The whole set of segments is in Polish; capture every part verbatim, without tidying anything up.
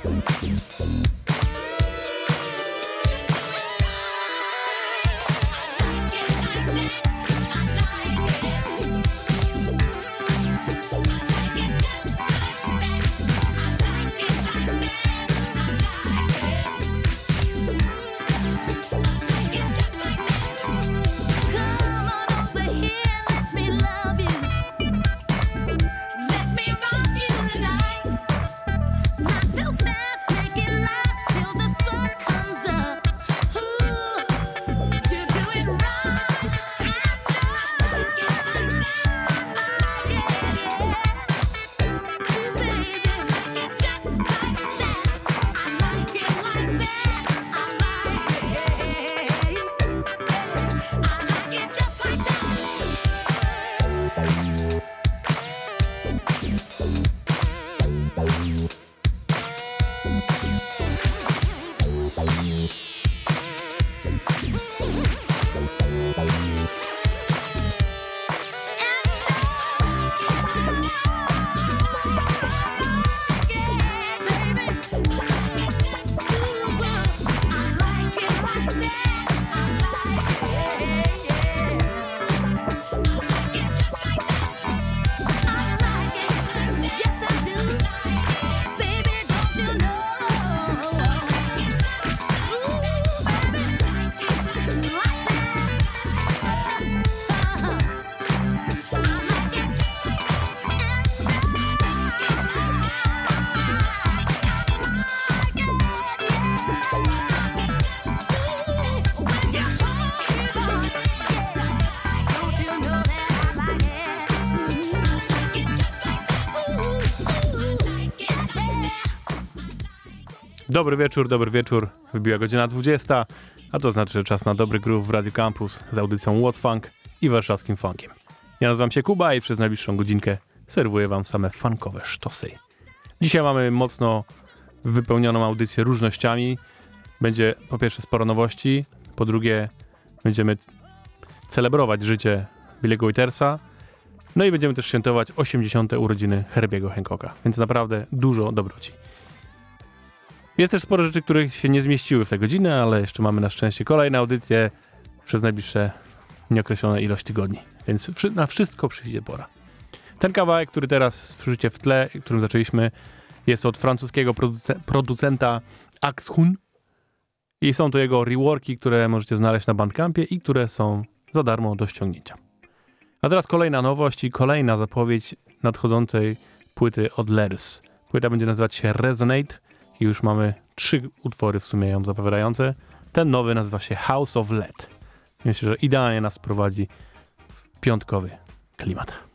Dobry wieczór, dobry wieczór. Wybiła godzina dwudziesta, a to znaczy, że czas na dobry groove w Radio Campus z audycją What Funk i warszawskim funkiem. Ja nazywam się Kuba i przez najbliższą godzinkę serwuję wam same funkowe sztosy. Dzisiaj mamy mocno wypełnioną audycję różnościami. Będzie po pierwsze sporo nowości, po drugie będziemy celebrować życie Billy'ego Withersa, no i będziemy też świętować osiemdziesiąte urodziny Herbiego Hancocka, więc naprawdę dużo dobroci. Jest też sporo rzeczy, które się nie zmieściły w tę godzinę, ale jeszcze mamy na szczęście kolejne audycje przez najbliższe nieokreślone ilość tygodni, więc na wszystko przyjdzie pora. Ten kawałek, który teraz słyszycie w tle, którym zaczęliśmy, jest od francuskiego produce- producenta Axhun i są to jego reworki, które możecie znaleźć na Bandcampie i które są za darmo do ściągnięcia. A teraz kolejna nowość i kolejna zapowiedź nadchodzącej płyty od Lers. Płyta będzie nazywać się Resonate i już mamy trzy utwory w sumie ją zapowiadające. Ten nowy nazywa się House of Lead. Myślę, że idealnie nas prowadzi w piątkowy klimat.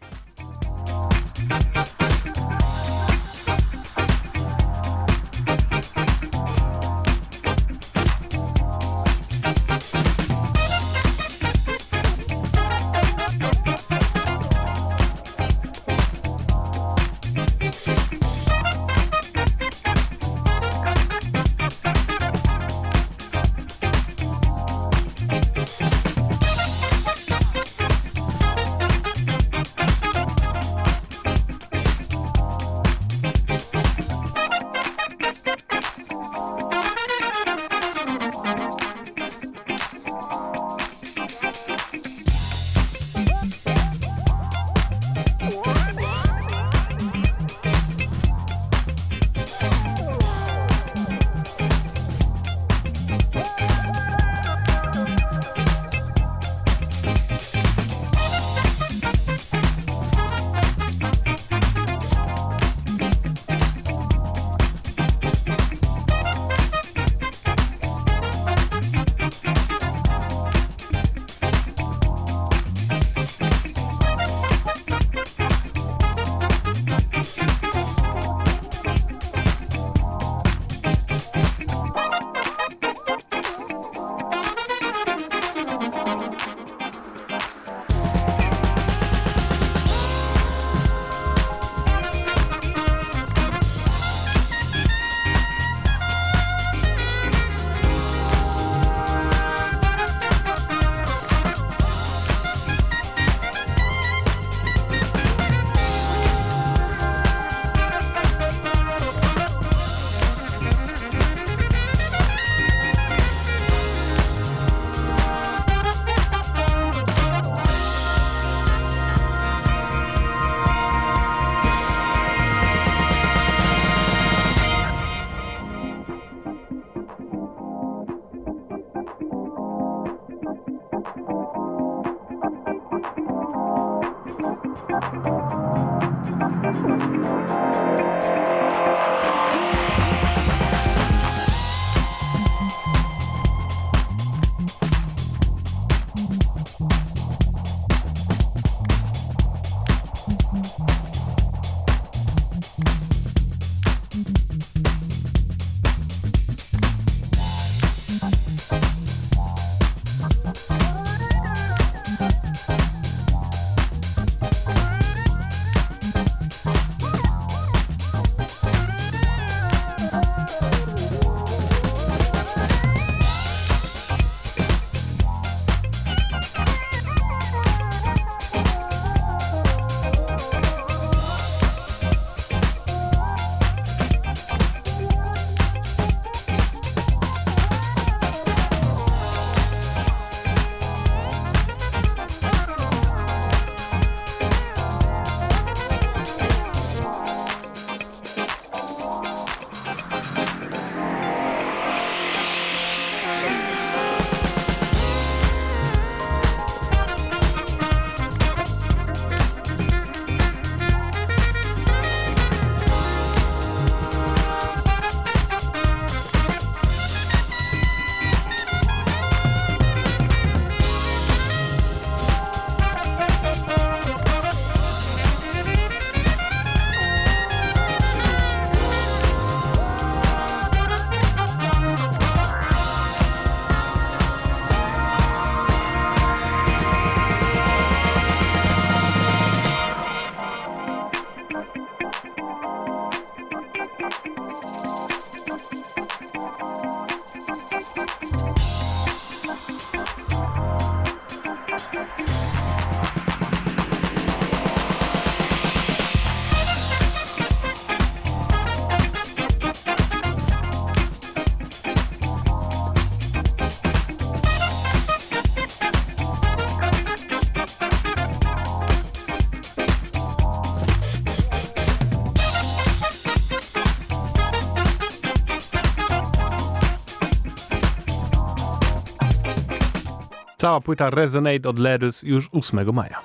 Cała płyta Resonate od Letters już ósmego maja.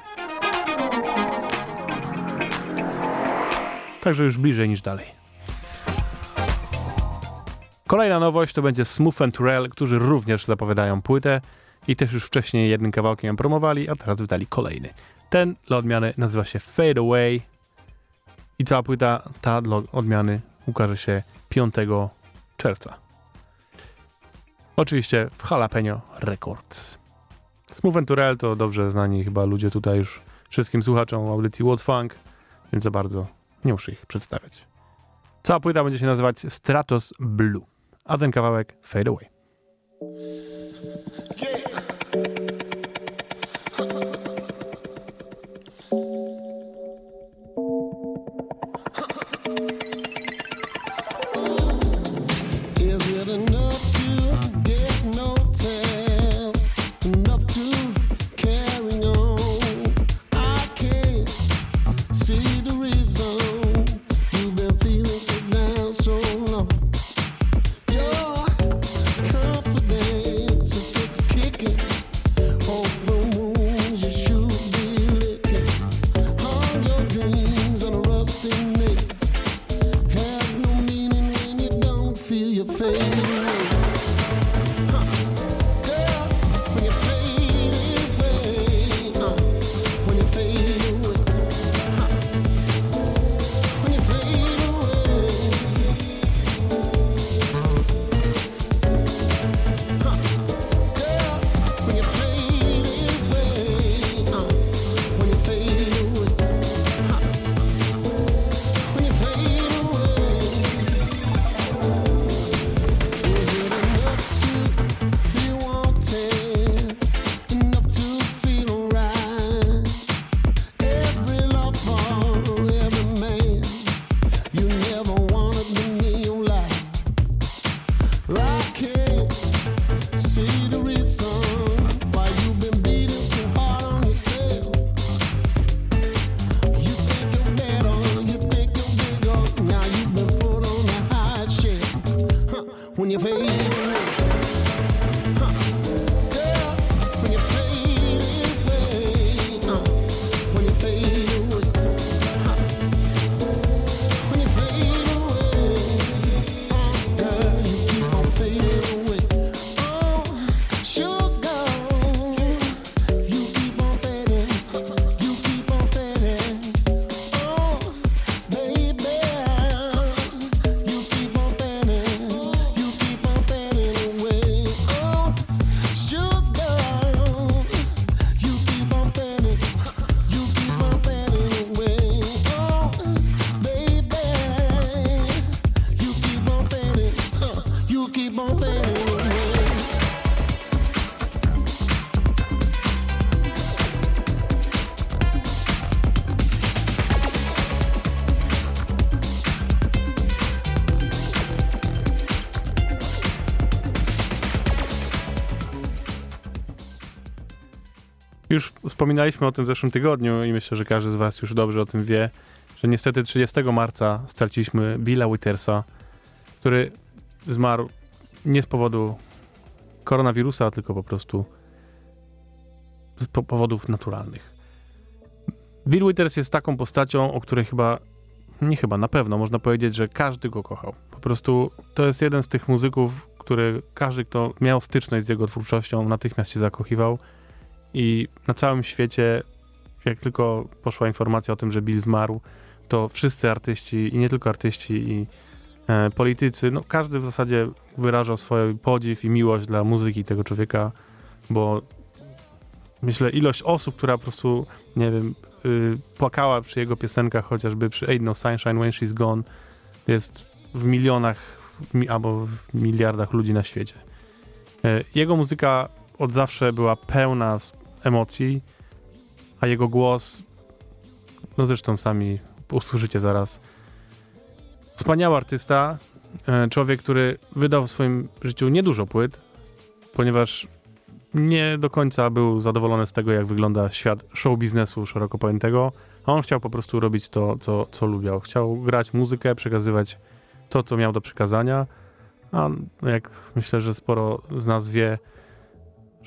Także już bliżej niż dalej. Kolejna nowość to będzie Smooth and Terrell, którzy również zapowiadają płytę i też już wcześniej jednym kawałkiem ją promowali, a teraz wydali kolejny. Ten dla odmiany nazywa się Fade Away i cała płyta ta dla odmiany ukaże się piątego czerwca. Oczywiście w Jalapeno Records. Smooth and Terrell to dobrze znani chyba ludzie tutaj już wszystkim słuchaczom audycji What Funk, więc za bardzo nie muszę ich przedstawiać. Cała płyta będzie się nazywać Stratos Blue, a ten kawałek Fade Away. Już wspominaliśmy o tym w zeszłym tygodniu i myślę, że każdy z was już dobrze o tym wie, że niestety trzydziestego marca straciliśmy Billa Withersa, który zmarł nie z powodu koronawirusa, tylko po prostu z powodów naturalnych. Bill Withers jest taką postacią, o której chyba, nie chyba, na pewno można powiedzieć, że każdy go kochał. Po prostu to jest jeden z tych muzyków, który każdy, kto miał styczność z jego twórczością, natychmiast się zakochiwał. I na całym świecie, jak tylko poszła informacja o tym, że Bill zmarł, to wszyscy artyści i nie tylko artyści i e, politycy, no każdy w zasadzie wyrażał swój podziw i miłość dla muzyki tego człowieka, bo myślę, ilość osób, która po prostu, nie wiem, y, płakała przy jego piosenkach, chociażby przy Ain't No Sunshine When She's Gone, jest w milionach mi, albo w miliardach ludzi na świecie. Y, jego muzyka od zawsze była pełna emocji, a jego głos, no zresztą sami usłyszycie zaraz. Wspaniały artysta, y, człowiek, który wydał w swoim życiu niedużo płyt, ponieważ nie do końca był zadowolony z tego, jak wygląda świat show biznesu szeroko pojętego, a on chciał po prostu robić to, co, co lubiał. Chciał grać muzykę, przekazywać to, co miał do przekazania, a jak myślę, że sporo z nas wie,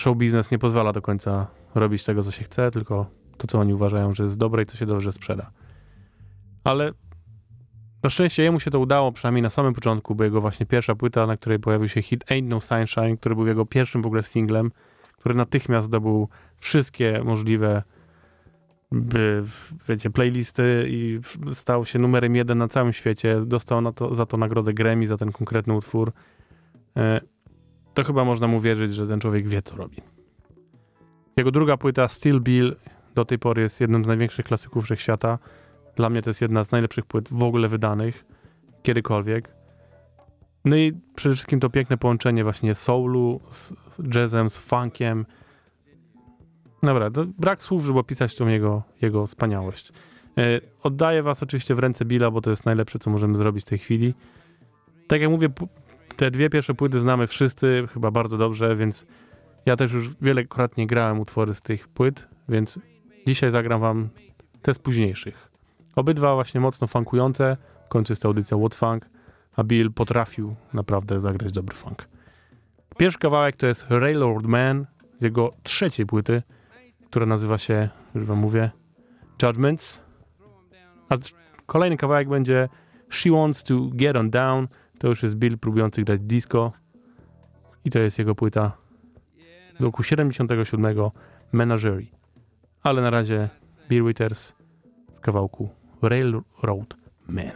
show biznes nie pozwala do końca robić tego, co się chce, tylko to, co oni uważają, że jest dobre i co się dobrze sprzeda. Ale na szczęście jemu się to udało, przynajmniej na samym początku, bo jego właśnie pierwsza płyta, na której pojawił się hit Ain't No Sunshine, który był jego pierwszym w ogóle singlem, który natychmiast zdobył wszystkie możliwe by, wiecie, playlisty i stał się numerem jeden na całym świecie. Dostał na to, za to nagrodę Grammy, za ten konkretny utwór. To chyba można mu wierzyć, że ten człowiek wie, co robi. Jego druga płyta, Still Bill, do tej pory jest jednym z największych klasyków wszechświata. Dla mnie to jest jedna z najlepszych płyt w ogóle wydanych kiedykolwiek. No i przede wszystkim to piękne połączenie właśnie soulu z jazzem, z funkiem. Dobra, to brak słów, żeby opisać tą jego, jego wspaniałość. Yy, oddaję was oczywiście w ręce Billa, bo to jest najlepsze, co możemy zrobić w tej chwili. Tak jak mówię, te dwie pierwsze płyty znamy wszyscy, chyba bardzo dobrze, więc ja też już wielokrotnie grałem utwory z tych płyt, więc dzisiaj zagram wam te z późniejszych. Obydwa właśnie mocno funkujące, w końcu jest to audycja What Funk, a Bill potrafił naprawdę zagrać dobry funk. Pierwszy kawałek to jest Railroad Man z jego trzeciej płyty, która nazywa się, już wam mówię, Judgments. A kolejny kawałek będzie She Wants to Get On Down. To już jest Bill próbujący grać disco. I to jest jego płyta z roku siedemdziesiątego siódmego, Menagerie. Ale na razie Bill Withers w kawałku Railroad Man.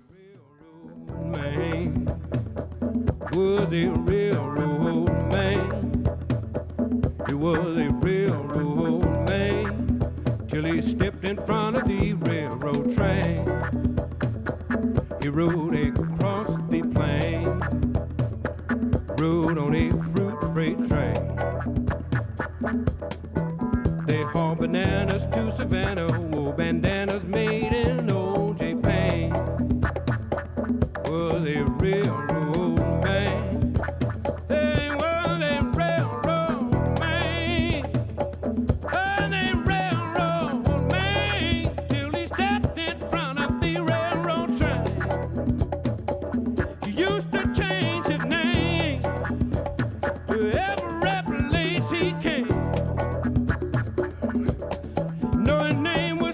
Was a railroad man. He was a railroad man till he stepped in front of the railroad train. He rode across the plain, rode on a fruit freight train. They hauled bananas to Savannah, wore bandanas made in O J Payne. Was a railroad name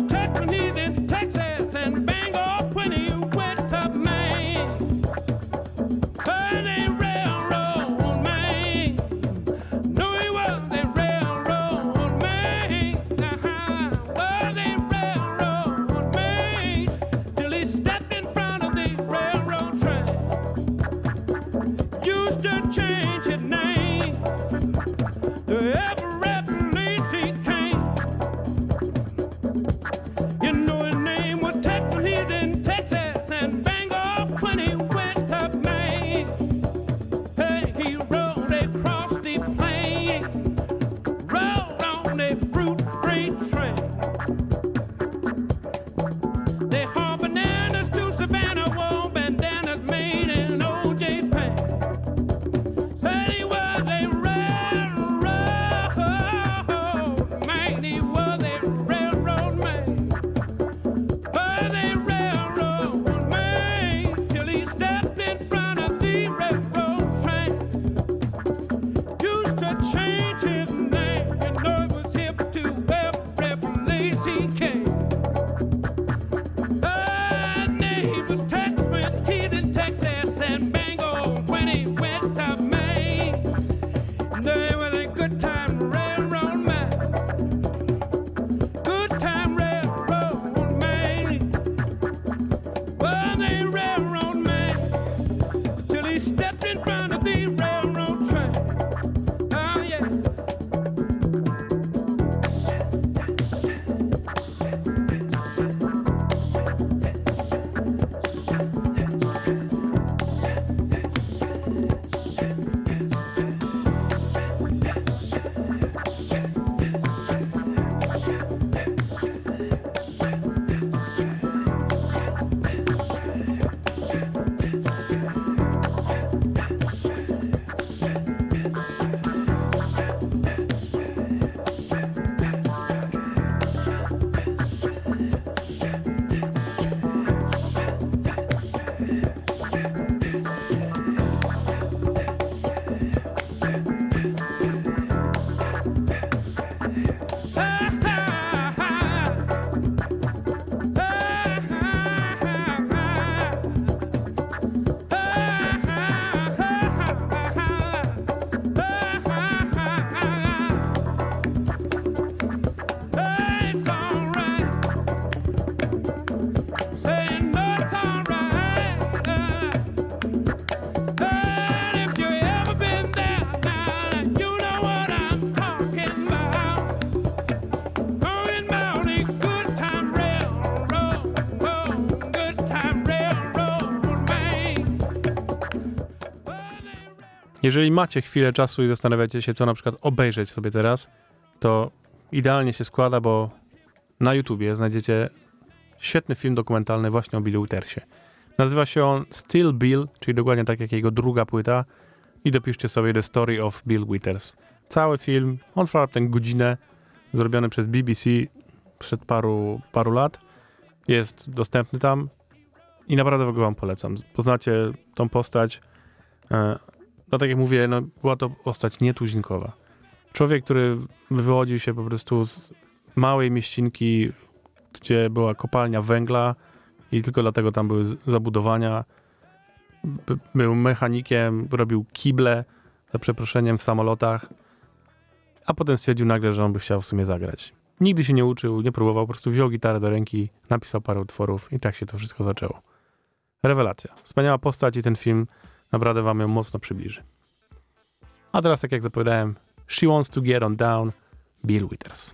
Jeżeli macie chwilę czasu i zastanawiacie się, co na przykład obejrzeć sobie teraz, to idealnie się składa, bo na YouTubie znajdziecie świetny film dokumentalny właśnie o Billu Withersie. Nazywa się on Still Bill, czyli dokładnie tak jak jego druga płyta, i dopiszcie sobie The Story of Bill Withers. Cały film, on trwa tę godzinę, zrobiony przez B B C przed paru, paru lat. Jest dostępny tam i naprawdę go wam polecam. Poznacie tą postać. No tak jak mówię, no, była to postać nietuzinkowa. Człowiek, który wywodził się po prostu z małej mieścinki, gdzie była kopalnia węgla i tylko dlatego tam były zabudowania. By, był mechanikiem, robił kible, za przeproszeniem, w samolotach, a potem stwierdził nagle, że on by chciał w sumie zagrać. Nigdy się nie uczył, nie próbował, po prostu wziął gitarę do ręki, napisał parę utworów i tak się to wszystko zaczęło. Rewelacja. Wspaniała postać i ten film naprawdę wam ją mocno przybliży. A teraz, tak jak zapowiadałem, She Wants to Get On Down, Bill Withers.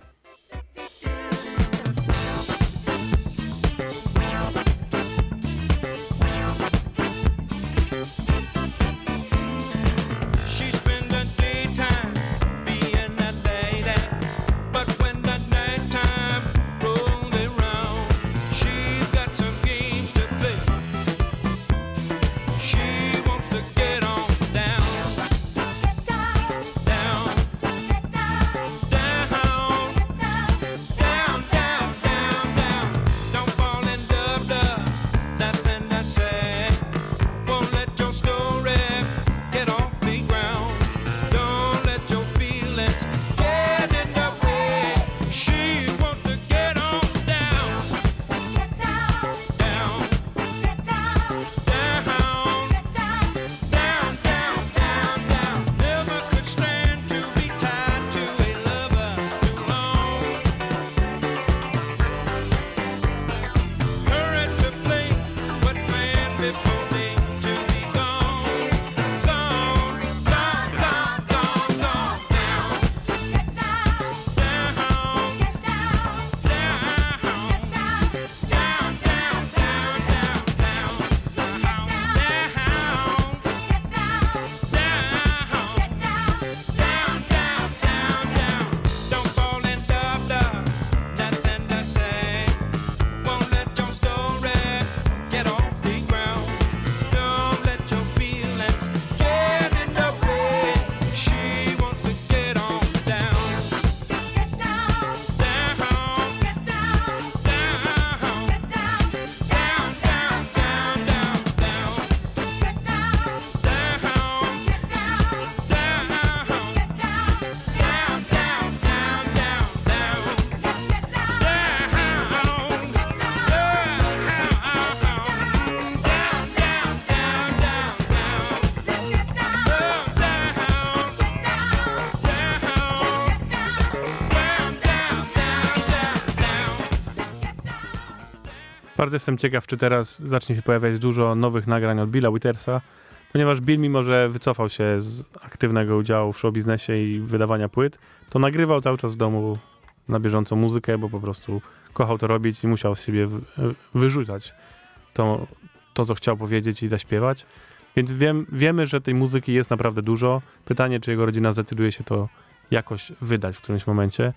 Bardzo jestem ciekaw, czy teraz zacznie się pojawiać dużo nowych nagrań od Billa Withersa, ponieważ Bill, mimo że wycofał się z aktywnego udziału w showbiznesie i wydawania płyt, to nagrywał cały czas w domu na bieżąco muzykę, bo po prostu kochał to robić i musiał z siebie wyrzucać to, to co chciał powiedzieć i zaśpiewać. Więc wiem, wiemy, że tej muzyki jest naprawdę dużo. Pytanie, czy jego rodzina zdecyduje się to jakoś wydać w którymś momencie.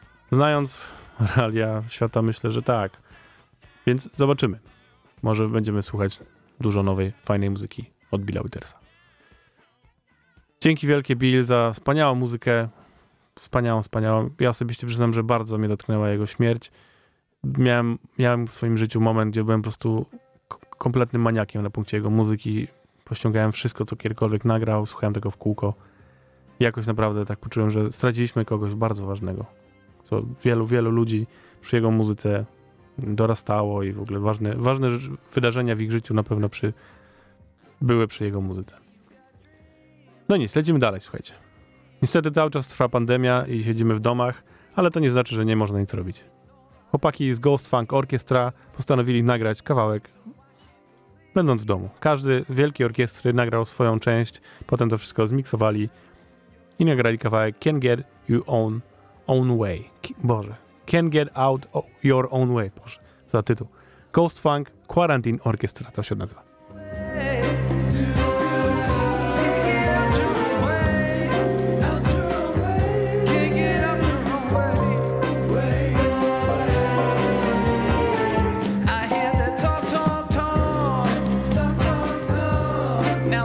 Znając realia świata, myślę, że tak. Więc zobaczymy. Może będziemy słuchać dużo nowej, fajnej muzyki od Billa Withersa. Dzięki wielkie, Bill, za wspaniałą muzykę. Wspaniałą, wspaniałą. Ja osobiście przyznam, że bardzo mnie dotknęła jego śmierć. Miałem, miałem w swoim życiu moment, gdzie byłem po prostu k- kompletnym maniakiem na punkcie jego muzyki. Pościągałem wszystko, co kiedykolwiek nagrał, słuchałem tego w kółko. I jakoś naprawdę tak poczułem, że straciliśmy kogoś bardzo ważnego. Co wielu, wielu ludzi przy jego muzyce dorastało i w ogóle ważne, ważne wydarzenia w ich życiu na pewno przy, były przy jego muzyce. No nic, lecimy dalej, słuchajcie. Niestety cały czas trwa pandemia i siedzimy w domach, ale to nie znaczy, że nie można nic robić. Chłopaki z Ghost Funk Orchestra postanowili nagrać kawałek będąc w domu. Każdy z wielkiej orkiestry nagrał swoją część, potem to wszystko zmiksowali i nagrali kawałek Can't Get You Own, own Way. K- Boże. Can't Get Out Your Own Way. Boże, za tytuł. Ghost Funk Quarantine Orchestra, to się nazywa. Way to get you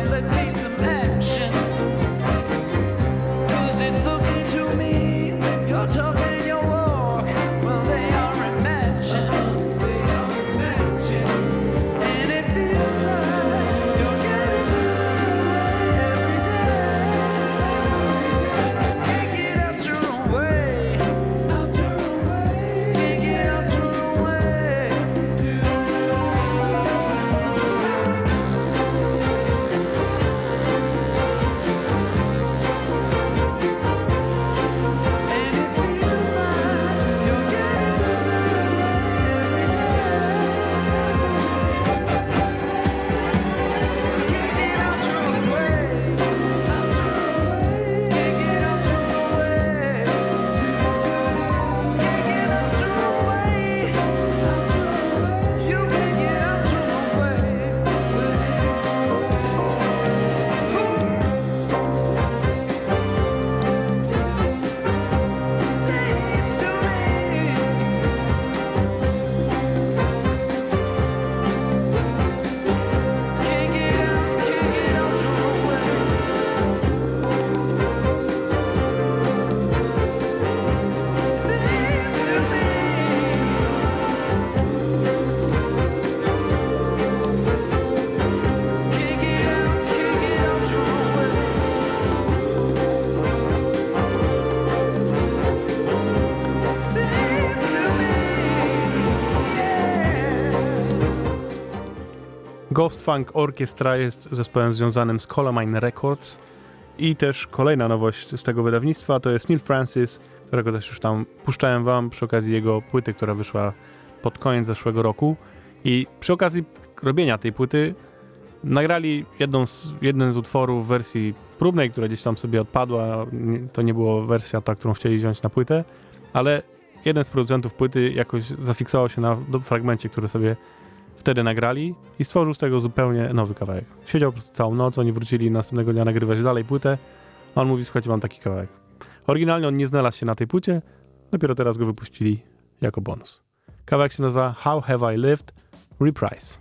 Ghost Funk Orchestra jest zespołem związanym z Colamine Records i też kolejna nowość z tego wydawnictwa to jest Neil Francis, którego też już tam puszczałem wam przy okazji jego płyty, która wyszła pod koniec zeszłego roku i przy okazji robienia tej płyty nagrali jedną z, jeden z utworów w wersji próbnej, która gdzieś tam sobie odpadła, to nie była wersja ta, którą chcieli wziąć na płytę, ale jeden z producentów płyty jakoś zafiksował się na fragmencie, który sobie wtedy nagrali i stworzył z tego zupełnie nowy kawałek. Siedział po prostu całą noc, oni wrócili następnego dnia nagrywać dalej płytę, a on mówi, słuchajcie, mam taki kawałek. Oryginalnie on nie znalazł się na tej płycie, dopiero teraz go wypuścili jako bonus. Kawałek się nazywa How Have I Lived? Reprise.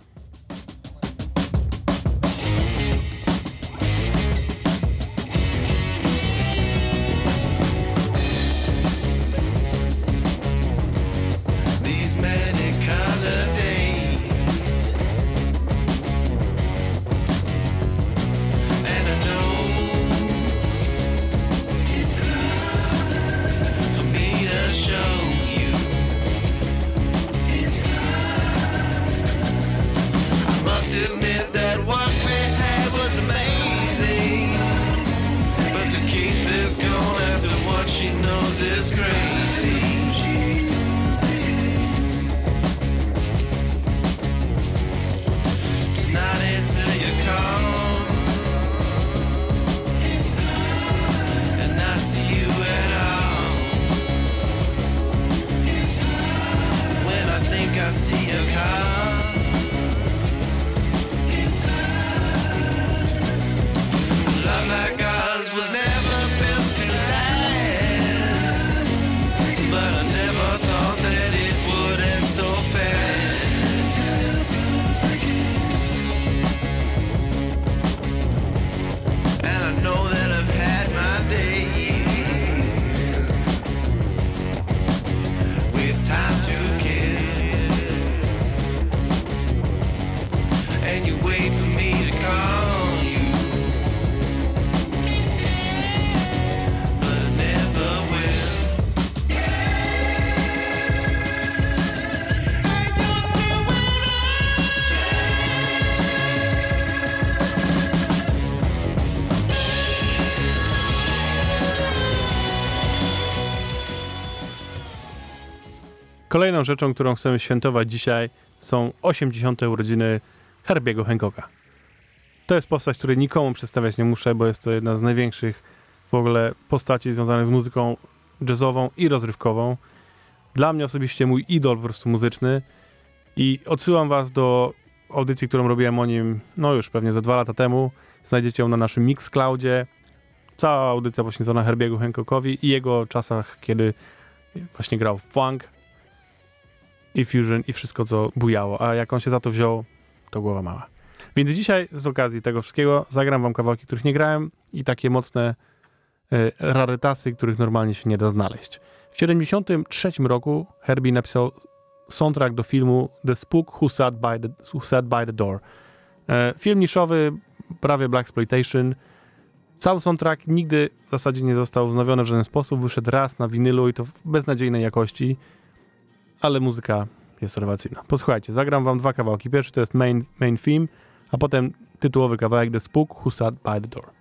Kolejną rzeczą, którą chcemy świętować dzisiaj, są osiemdziesiąte urodziny Herbiego Hancocka. To jest postać, której nikomu przedstawiać nie muszę, bo jest to jedna z największych w ogóle postaci związanych z muzyką jazzową i rozrywkową. Dla mnie osobiście mój idol po prostu muzyczny i odsyłam was do audycji, którą robiłem o nim, no już pewnie za dwa lata temu. Znajdziecie ją na naszym Mixcloudzie. Cała audycja poświęcona Herbiemu Hancockowi i jego czasach, kiedy właśnie grał funk i fusion i wszystko, co bujało. A jak on się za to wziął, to głowa mała. Więc dzisiaj z okazji tego wszystkiego zagram wam kawałki, których nie grałem i takie mocne y, rarytasy, których normalnie się nie da znaleźć. W siedemdziesiątym trzecim roku Herbie napisał soundtrack do filmu The Spook Who Sat by the, Who Sat by the Door. Y, film niszowy, prawie blaxploitation. Cały soundtrack nigdy w zasadzie nie został wznowiony w żaden sposób. Wyszedł raz na winylu i to w beznadziejnej jakości, ale muzyka jest rewelacyjna. Posłuchajcie, zagram wam dwa kawałki. Pierwszy to jest main, main theme, a potem tytułowy kawałek The Spook Who Sat by the Door.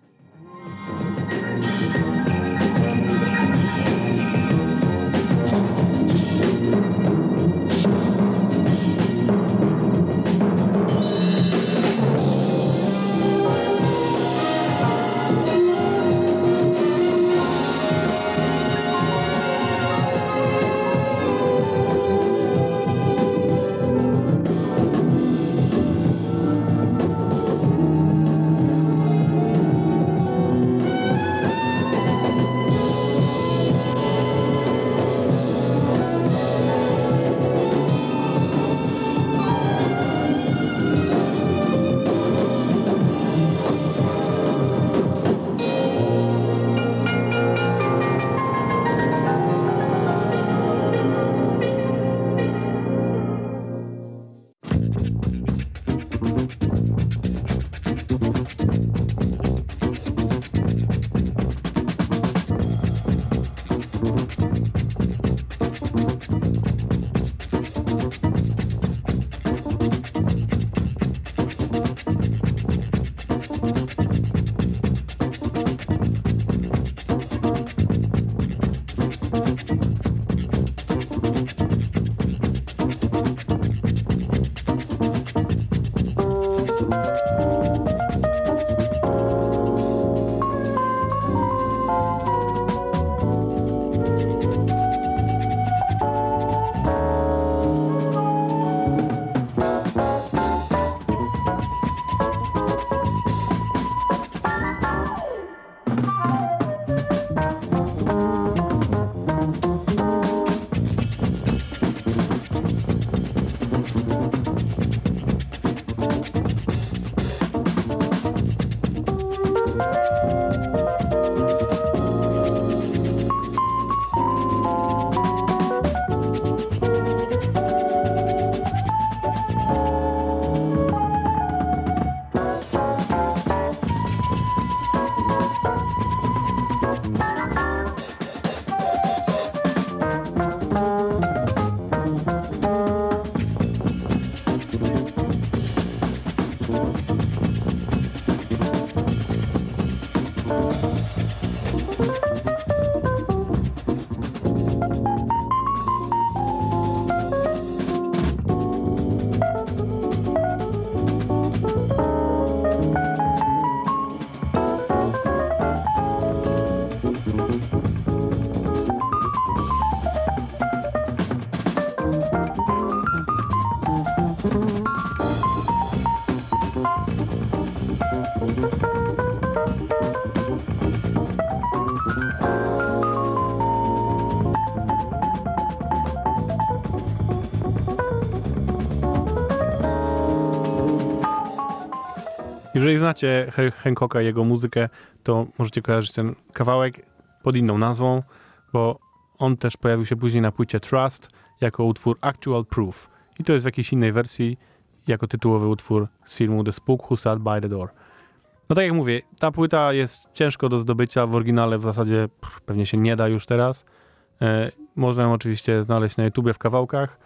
Jeżeli znacie Hancocka i jego muzykę, to możecie kojarzyć ten kawałek pod inną nazwą, bo on też pojawił się później na płycie Trust jako utwór Actual Proof. I to jest w jakiejś innej wersji jako tytułowy utwór z filmu The Spook Who Sat by the Door. No tak jak mówię, ta płyta jest ciężko do zdobycia, w oryginale w zasadzie pff, pewnie się nie da już teraz. E, można ją oczywiście znaleźć na YouTubie w kawałkach.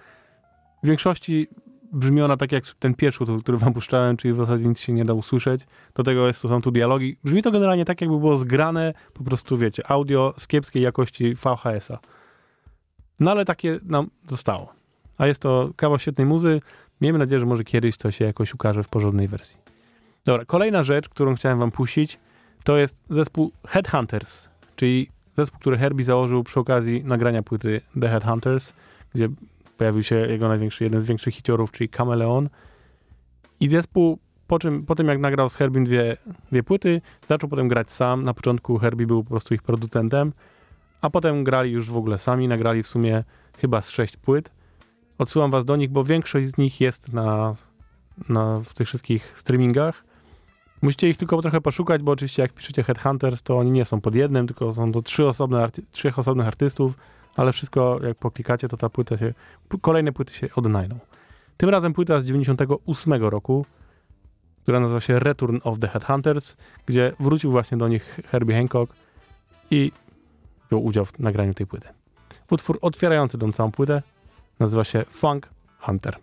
W większości brzmi ona tak jak ten pierwszy utwór, który wam puszczałem, czyli w zasadzie nic się nie da usłyszeć. Do tego jest, są tu dialogi. Brzmi to generalnie tak, jakby było zgrane po prostu, wiecie, audio z kiepskiej jakości V H S a. No ale takie nam zostało. A jest to kawał świetnej muzy. Miejmy nadzieję, że może kiedyś to się jakoś ukaże w porządnej wersji. Dobra, kolejna rzecz, którą chciałem wam puścić, to jest zespół Headhunters, czyli zespół, który Herbie założył przy okazji nagrania płyty The Headhunters, gdzie pojawił się jego największy, jeden z większych hiciorów, czyli Chameleon. I zespół, po, czym, po tym jak nagrał z Herbiem dwie, dwie płyty, zaczął potem grać sam. Na początku Herbie był po prostu ich producentem, a potem grali już w ogóle sami, nagrali w sumie chyba z sześć płyt. Odsyłam was do nich, bo większość z nich jest na, na, w tych wszystkich streamingach. Musicie ich tylko trochę poszukać, bo oczywiście jak piszecie Headhunters, to oni nie są pod jednym, tylko są to trzy osobne arty- trzech osobnych artystów, ale wszystko jak poklikacie, to ta płyta się, p- kolejne płyty się odnajdą. Tym razem płyta z dziewięćdziesiątego ósmego roku, która nazywa się Return of the Headhunters, gdzie wrócił właśnie do nich Herbie Hancock i wziął udział w nagraniu tej płyty. Utwór otwierający tą całą płytę nazywa się Funk Hunter.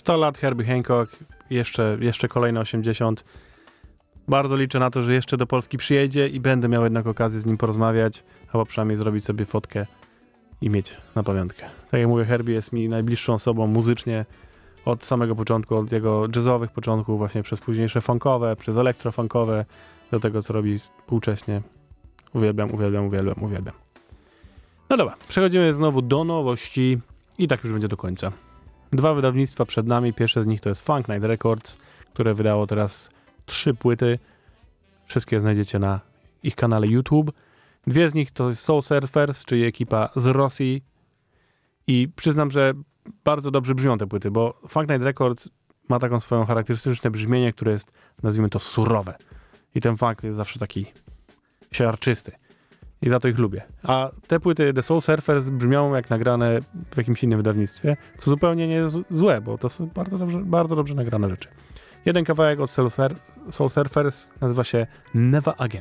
sto lat Herbie Hancock, jeszcze, jeszcze kolejne osiemdziesiąt. Bardzo liczę na to, że jeszcze do Polski przyjedzie i będę miał jednak okazję z nim porozmawiać, albo przynajmniej zrobić sobie fotkę i mieć na pamiątkę. Tak jak mówię, Herbie jest mi najbliższą osobą muzycznie od samego początku, od jego jazzowych początków, właśnie przez późniejsze funkowe, przez elektrofunkowe, do tego, co robi współcześnie. Uwielbiam, uwielbiam, uwielbiam, uwielbiam. No dobra, przechodzimy znowu do nowości i tak już będzie do końca. Dwa wydawnictwa przed nami. Pierwsze z nich to jest Funk Night Records, które wydało teraz trzy płyty. Wszystkie znajdziecie na ich kanale YouTube. Dwie z nich to jest Soul Surfers, czyli ekipa z Rosji. I przyznam, że bardzo dobrze brzmią te płyty, bo Funk Night Records ma taką swoją charakterystyczne brzmienie, które jest, nazwijmy to, surowe. I ten funk jest zawsze taki siarczysty. I za to ich lubię. A te płyty The Soul Surfers brzmią jak nagrane w jakimś innym wydawnictwie, co zupełnie nie jest złe, bo to są bardzo dobrze, bardzo dobrze nagrane rzeczy. Jeden kawałek od Soul, Sur- Soul Surfers nazywa się Never Again.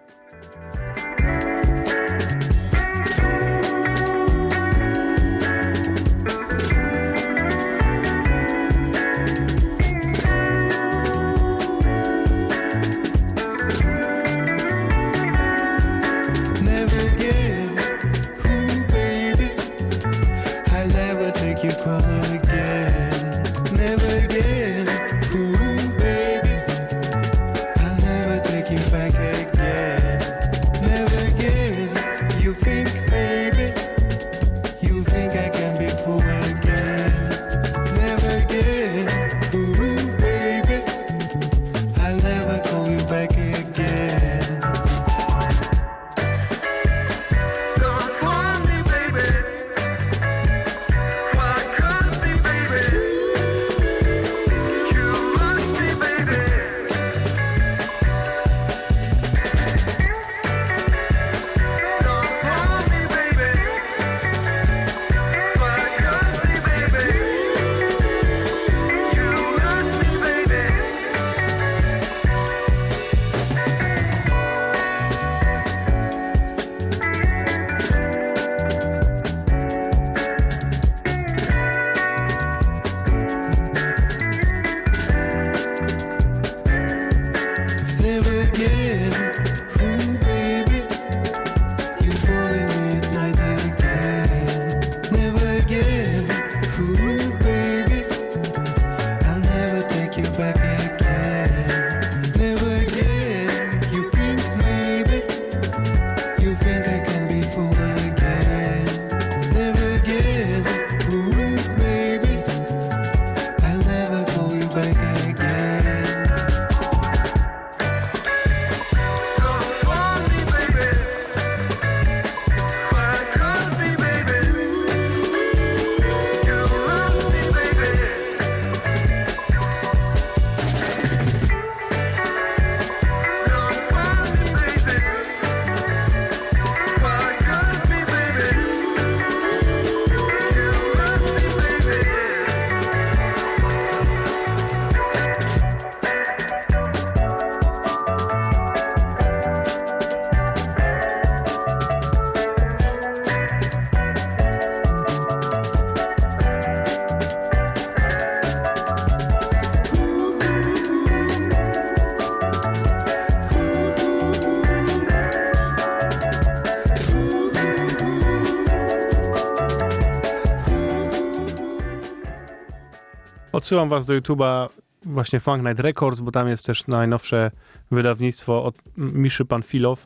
Odsyłam was do YouTube'a właśnie Funk Night Records, bo tam jest też najnowsze wydawnictwo od Miszy Panfilow,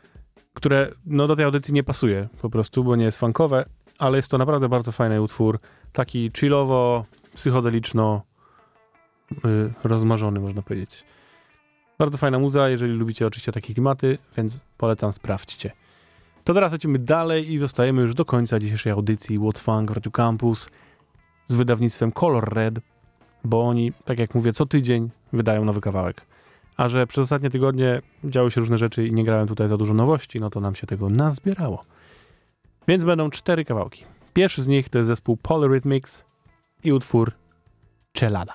które no, do tej audycji nie pasuje po prostu, bo nie jest funkowe, ale jest to naprawdę bardzo fajny utwór. Taki chillowo, psychodeliczno yy, rozmarzony, można powiedzieć. Bardzo fajna muza, jeżeli lubicie oczywiście takie klimaty, więc polecam, sprawdźcie. To teraz lecimy dalej i zostajemy już do końca dzisiejszej audycji What Funk w Radio Campus z wydawnictwem Color Red, bo oni, tak jak mówię, co tydzień wydają nowy kawałek. A że przez ostatnie tygodnie działy się różne rzeczy i nie grałem tutaj za dużo nowości, no to nam się tego nazbierało. Więc będą cztery kawałki. Pierwszy z nich to jest zespół Polyrhythmics i utwór Chelada.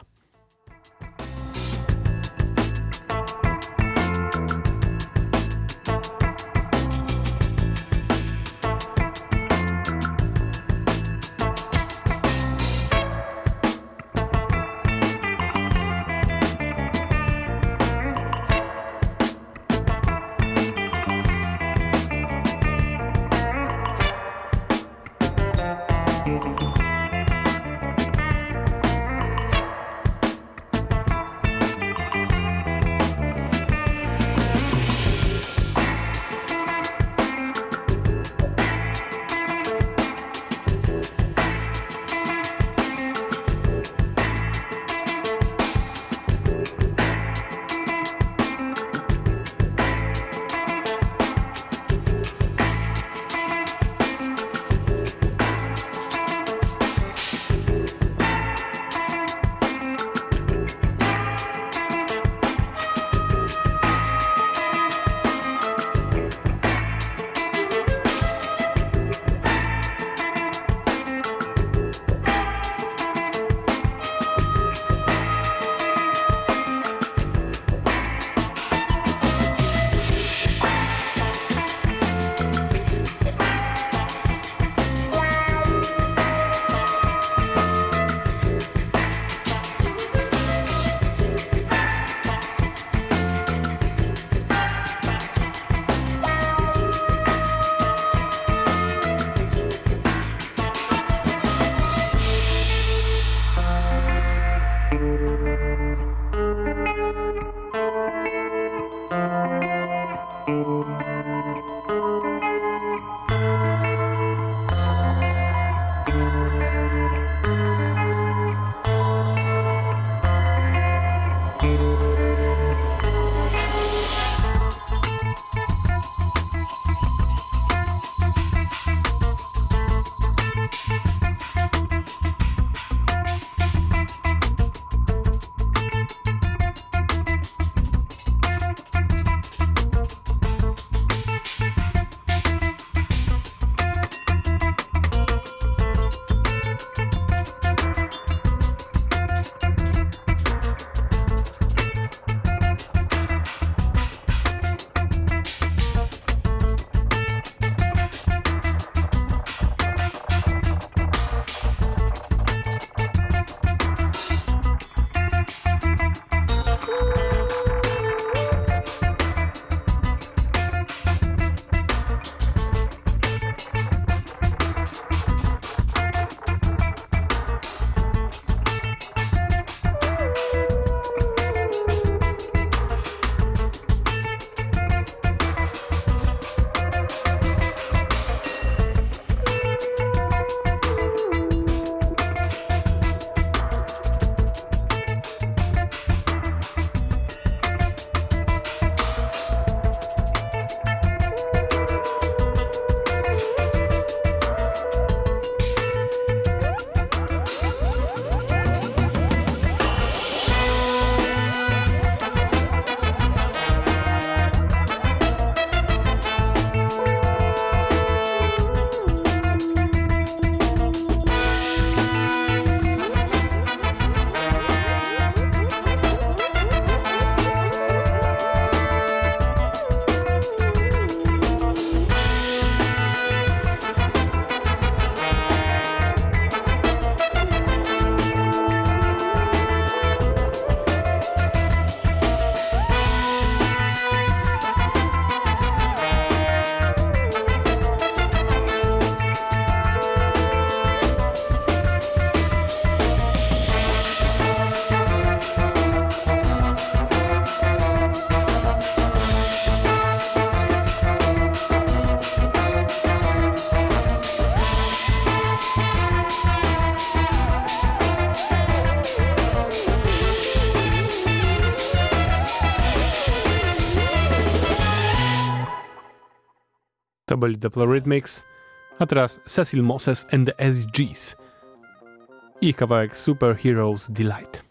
To byli The Plurhythmics, a teraz Cecil Moses and the S Gs i kawałek Superheroes Delight.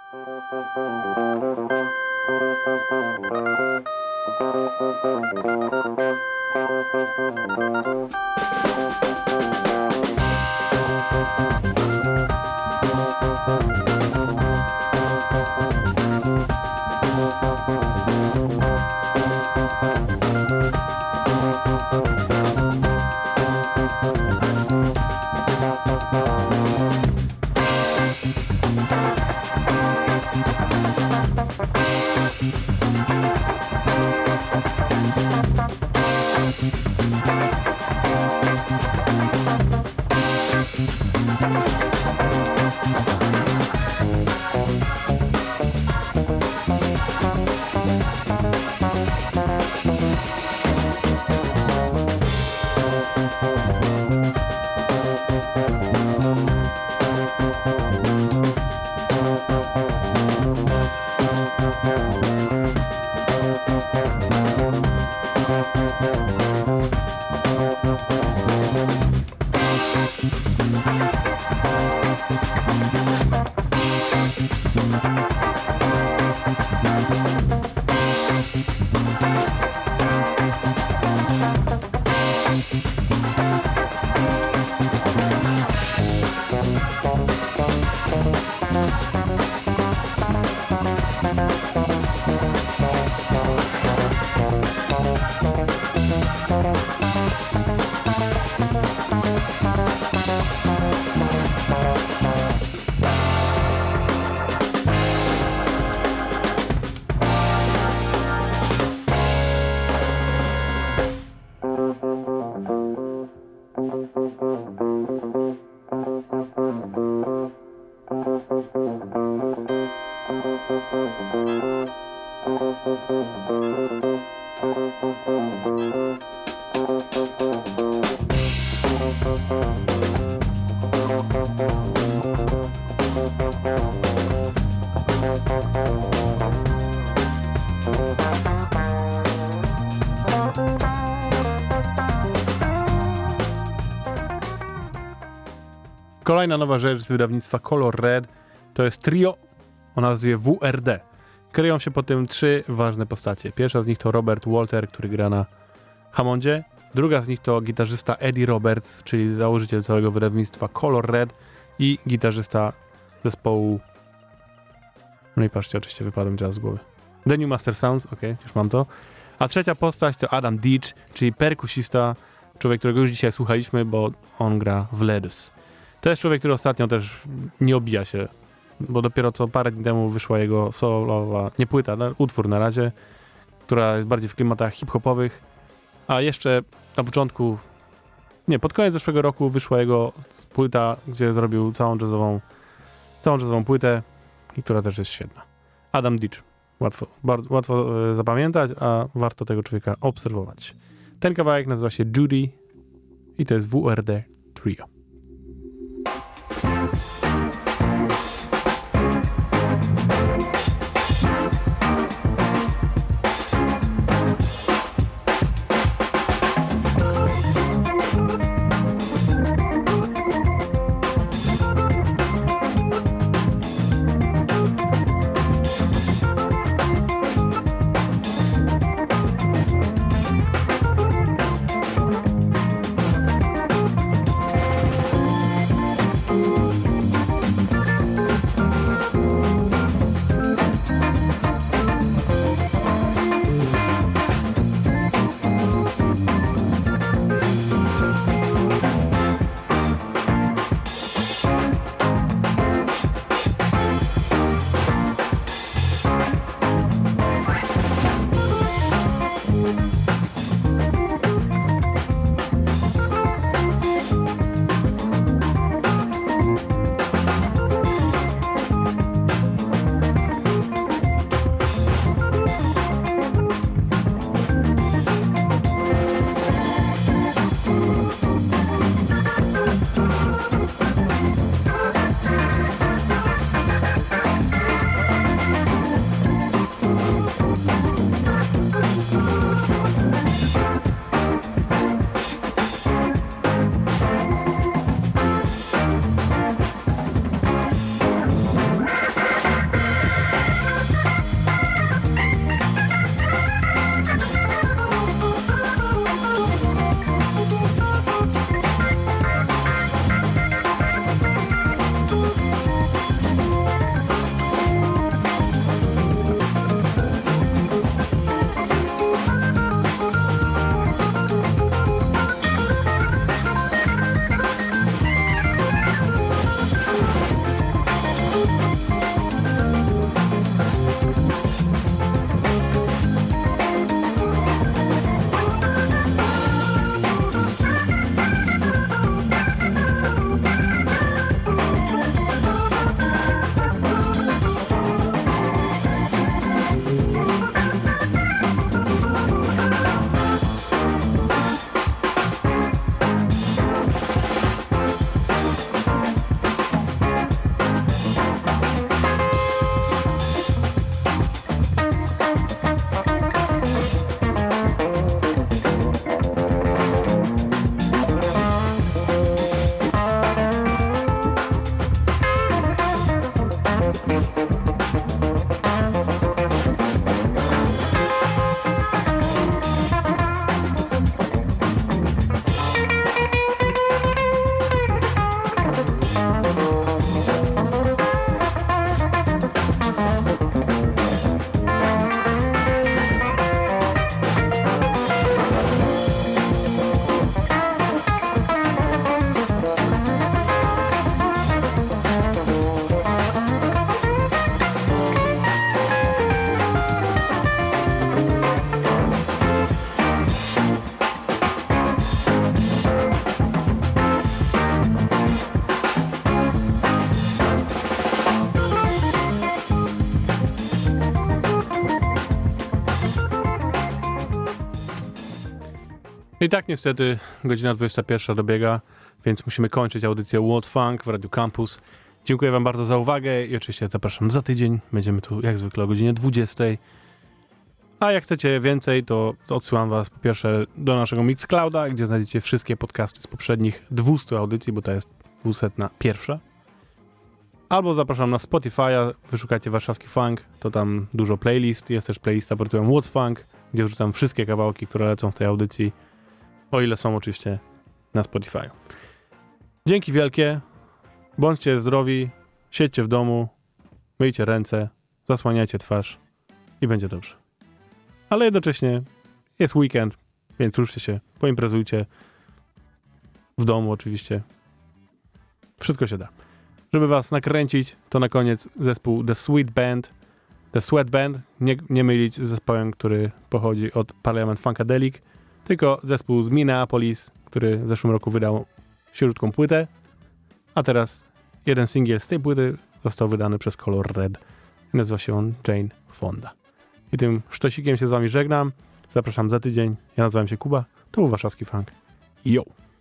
Kolejna nowa rzecz z wydawnictwa Color Red to jest trio o nazwie W R D. Kryją się po tym trzy ważne postacie. Pierwsza z nich to Robert Walter, który gra na Hammondzie. Druga z nich to gitarzysta Eddie Roberts, czyli założyciel całego wydawnictwa Color Red i gitarzysta zespołu... No i patrzcie, oczywiście wypadłem teraz z głowy. The New Master Sounds, okej, okay, już mam to. A trzecia postać to Adam Deitch, czyli perkusista, człowiek, którego już dzisiaj słuchaliśmy, bo on gra w Ledus. To jest człowiek, który ostatnio też nie obija się, bo dopiero co parę dni temu wyszła jego solowa, nie płyta, ale utwór na razie, która jest bardziej w klimatach hip-hopowych, a jeszcze na początku, nie, pod koniec zeszłego roku wyszła jego płyta, gdzie zrobił całą jazzową, całą jazzową płytę i która też jest świetna. Adam Deitch. Łatwo, bardzo łatwo e, zapamiętać, a warto tego człowieka obserwować. Ten kawałek nazywa się Judy i to jest W R D Trio. I tak niestety godzina dwudziesta pierwsza dobiega, więc musimy kończyć audycję What Funk w Radio Campus. Dziękuję wam bardzo za uwagę i oczywiście zapraszam za tydzień. Będziemy tu jak zwykle o godzinie dwudziestej. A jak chcecie więcej, to odsyłam was po pierwsze do naszego Mixclouda, gdzie znajdziecie wszystkie podcasty z poprzednich dwieście audycji, bo to jest dwieście pierwsza. Albo zapraszam na Spotify'a, wyszukacie warszawski funk, to tam dużo playlist, jest też playlista pod tytułem What Funk, gdzie wrzucam wszystkie kawałki, które lecą w tej audycji, o ile są oczywiście na Spotify'u. Dzięki wielkie, bądźcie zdrowi, siedźcie w domu, myjcie ręce, zasłaniajcie twarz i będzie dobrze. Ale jednocześnie jest weekend, więc ruszcie się, poimprezujcie w domu oczywiście. Wszystko się da. Żeby was nakręcić, to na koniec zespół The Sweet Band. The Sweat Band, nie, nie mylić z zespołem, który pochodzi od Parliament Funkadelic, tylko zespół z Minneapolis, który w zeszłym roku wydał śródką płytę, a teraz jeden singiel z tej płyty został wydany przez Color Red. Nazywa się on Jane Fonda. I tym sztosikiem się z wami żegnam. Zapraszam za tydzień. Ja nazywam się Kuba. To był warszawski funk. Yo!